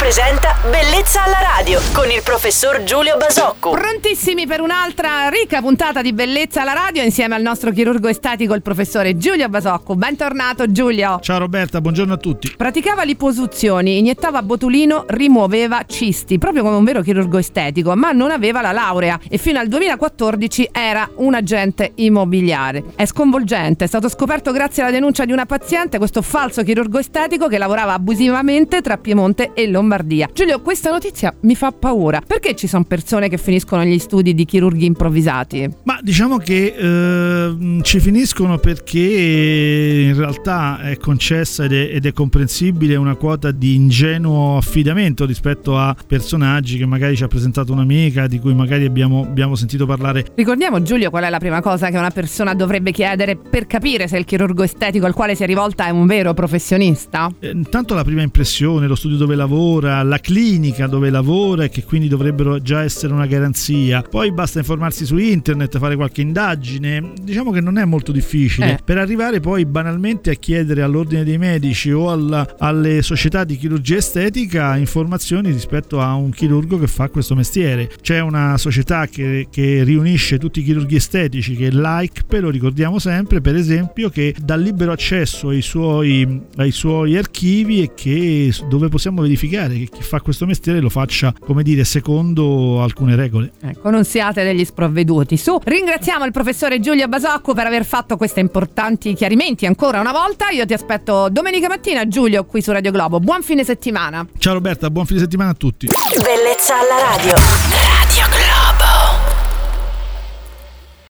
presenta Bellezza alla radio con il professor Giulio Basocco. Prontissimi per un'altra ricca puntata di Bellezza alla radio insieme al nostro chirurgo estetico, il professore Giulio Basocco. Bentornato Giulio. Ciao Roberta, buongiorno a tutti. Praticava liposuzioni, iniettava botulino, rimuoveva cisti, proprio come un vero chirurgo estetico, ma non aveva la laurea e fino al 2014 era un agente immobiliare. È sconvolgente, è stato scoperto grazie alla denuncia di una paziente questo falso chirurgo estetico che lavorava abusivamente tra Piemonte e Lombardia. Giulio, questa notizia mi fa paura. Perché ci sono persone che finiscono gli studi di chirurghi improvvisati? Ma diciamo che ci finiscono perché in realtà è concessa ed è comprensibile una quota di ingenuo affidamento rispetto a personaggi che magari ci ha presentato un'amica, di cui magari abbiamo sentito parlare. Ricordiamo, Giulio, qual è la prima cosa che una persona dovrebbe chiedere per capire se il chirurgo estetico al quale si è rivolta è un vero professionista? Intanto la prima impressione, lo studio dove lavora, la clinica dove lavora, e che quindi dovrebbero già essere una garanzia. Poi basta informarsi su internet, fare qualche indagine. Diciamo che non è molto difficile per arrivare poi banalmente a chiedere all'ordine dei medici o alle società di chirurgia estetica informazioni rispetto a un chirurgo che fa questo mestiere. C'è una società che riunisce tutti i chirurghi estetici, che è l'AICP, lo ricordiamo sempre, per esempio, che dà libero accesso ai suoi archivi e dove possiamo verificare che chi fa questo mestiere lo faccia, come dire, secondo alcune regole. Ecco, non siate degli sprovveduti. Ringraziamo il professore Giulio Basocco per aver fatto questi importanti chiarimenti ancora una volta. Io ti aspetto domenica mattina, Giulio, qui su Radio Globo. Buon fine settimana. Ciao Roberta, buon fine settimana a tutti. Bellezza alla radio.